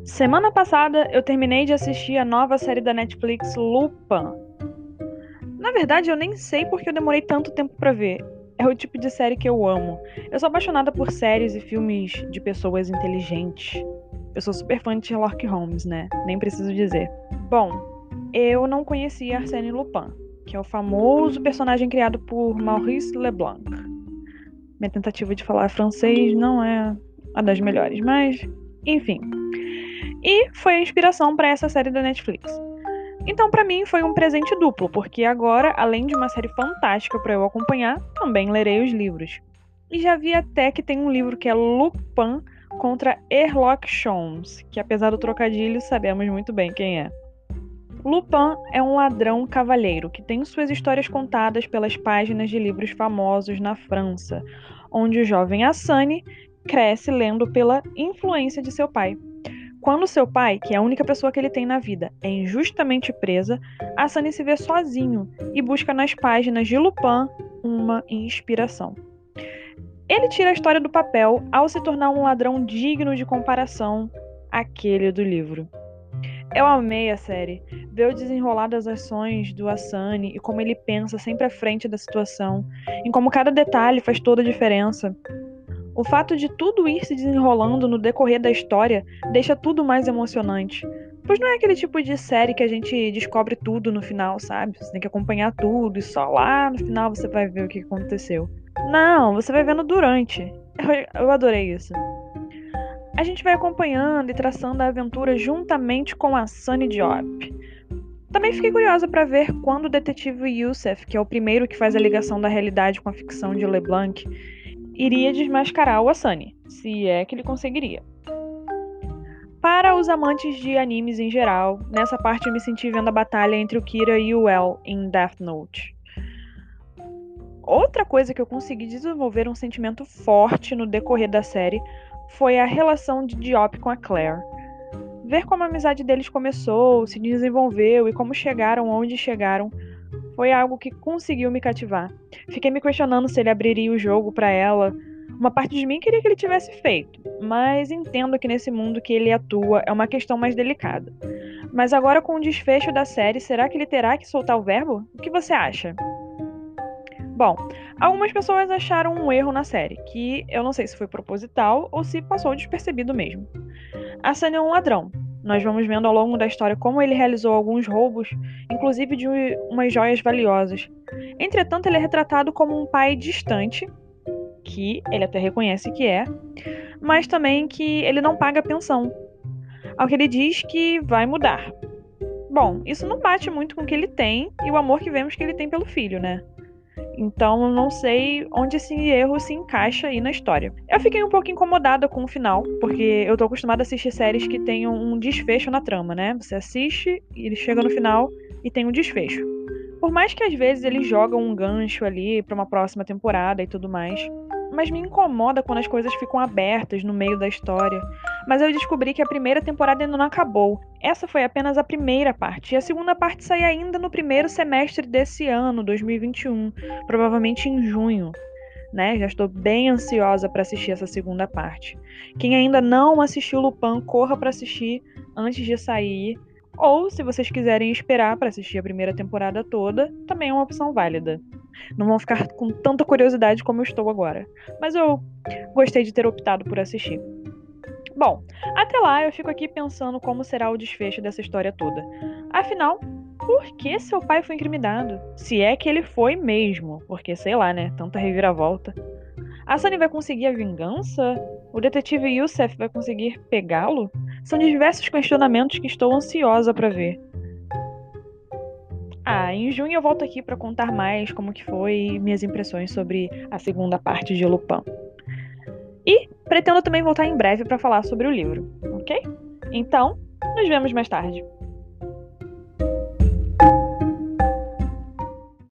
Semana passada eu terminei de assistir a nova série da Netflix Lupin. Na verdade, eu nem sei porque eu demorei tanto tempo pra ver. É o tipo de série que eu amo. Eu sou apaixonada por séries e filmes de pessoas inteligentes. Eu sou super fã de Sherlock Holmes, né? Nem preciso dizer. Bom, eu não conhecia Arsène Lupin, que é o famoso personagem criado por Maurice Leblanc. Minha tentativa de falar francês não é a das melhores, mas enfim. E foi a inspiração para essa série da Netflix. Então, para mim, foi um presente duplo, porque agora, além de uma série fantástica para eu acompanhar, também lerei os livros. E já vi até que tem um livro que é Lupin contra Sherlock Holmes, que apesar do trocadilho, sabemos muito bem quem é. Lupin é um ladrão cavalheiro que tem suas histórias contadas pelas páginas de livros famosos na França, onde o jovem Assane cresce lendo pela influência de seu pai. Quando seu pai, que é a única pessoa que ele tem na vida, é injustamente presa, Assane se vê sozinho e busca nas páginas de Lupin uma inspiração. Ele tira a história do papel ao se tornar um ladrão digno de comparação àquele do livro. Eu amei a série, ver o desenrolar das ações do Assane e como ele pensa sempre à frente da situação, em como cada detalhe faz toda a diferença. O fato de tudo ir se desenrolando no decorrer da história deixa tudo mais emocionante. Pois não é aquele tipo de série que a gente descobre tudo no final, sabe? Você tem que acompanhar tudo e só lá no final você vai ver o que aconteceu. Não, você vai vendo durante. Eu adorei isso. A gente vai acompanhando e traçando a aventura juntamente com a Sunny Diop. Também fiquei curiosa para ver quando o detetive Youssef, que é o primeiro que faz a ligação da realidade com a ficção de Leblanc, iria desmascarar o Asani, se é que ele conseguiria. Para os amantes de animes em geral, nessa parte eu me senti vendo a batalha entre o Kira e o El em Death Note. Outra coisa que eu consegui desenvolver um sentimento forte no decorrer da série foi a relação de Diop com a Claire. Ver como a amizade deles começou, se desenvolveu e como chegaram onde chegaram foi algo que conseguiu me cativar. Fiquei me questionando se ele abriria o jogo para ela. Uma parte de mim queria que ele tivesse feito, mas entendo que nesse mundo que ele atua é uma questão mais delicada. Mas agora com o desfecho da série, será que ele terá que soltar o verbo? O que você acha? Bom, algumas pessoas acharam um erro na série, que eu não sei se foi proposital ou se passou despercebido mesmo. Assane é um ladrão. Nós vamos vendo ao longo da história como ele realizou alguns roubos, inclusive de umas joias valiosas. Entretanto, ele é retratado como um pai distante, que ele até reconhece que é, mas também que ele não paga pensão, ao que ele diz que vai mudar. Bom, isso não bate muito com o que ele tem e o amor que vemos que ele tem pelo filho, né? Então, eu não sei onde esse erro se encaixa aí na história. Eu fiquei um pouco incomodada com o final, porque eu tô acostumada a assistir séries que tenham um desfecho na trama, né? Você assiste e ele chega no final e tem um desfecho. Por mais que às vezes eles jogam um gancho ali pra uma próxima temporada e tudo mais, mas me incomoda quando as coisas ficam abertas no meio da história. Mas eu descobri que a primeira temporada ainda não acabou. Essa foi apenas a primeira parte, e a segunda parte sai ainda no primeiro semestre desse ano, 2021, provavelmente em junho. Né? Já estou bem ansiosa para assistir essa segunda parte. Quem ainda não assistiu Lupin, corra para assistir antes de sair. Ou, se vocês quiserem esperar para assistir a primeira temporada toda, também é uma opção válida. Não vão ficar com tanta curiosidade como eu estou agora. Mas eu gostei de ter optado por assistir. Bom, até lá eu fico aqui pensando como será o desfecho dessa história toda. Afinal, por que seu pai foi incriminado? Se é que ele foi mesmo, porque sei lá, né? Tanta reviravolta. A Sunny vai conseguir a vingança? O detetive Youssef vai conseguir pegá-lo? São diversos questionamentos que estou ansiosa para ver. Em junho eu volto aqui para contar mais como que foi minhas impressões sobre a segunda parte de Lupin. E pretendo também voltar em breve para falar sobre o livro, ok? Então, nos vemos mais tarde.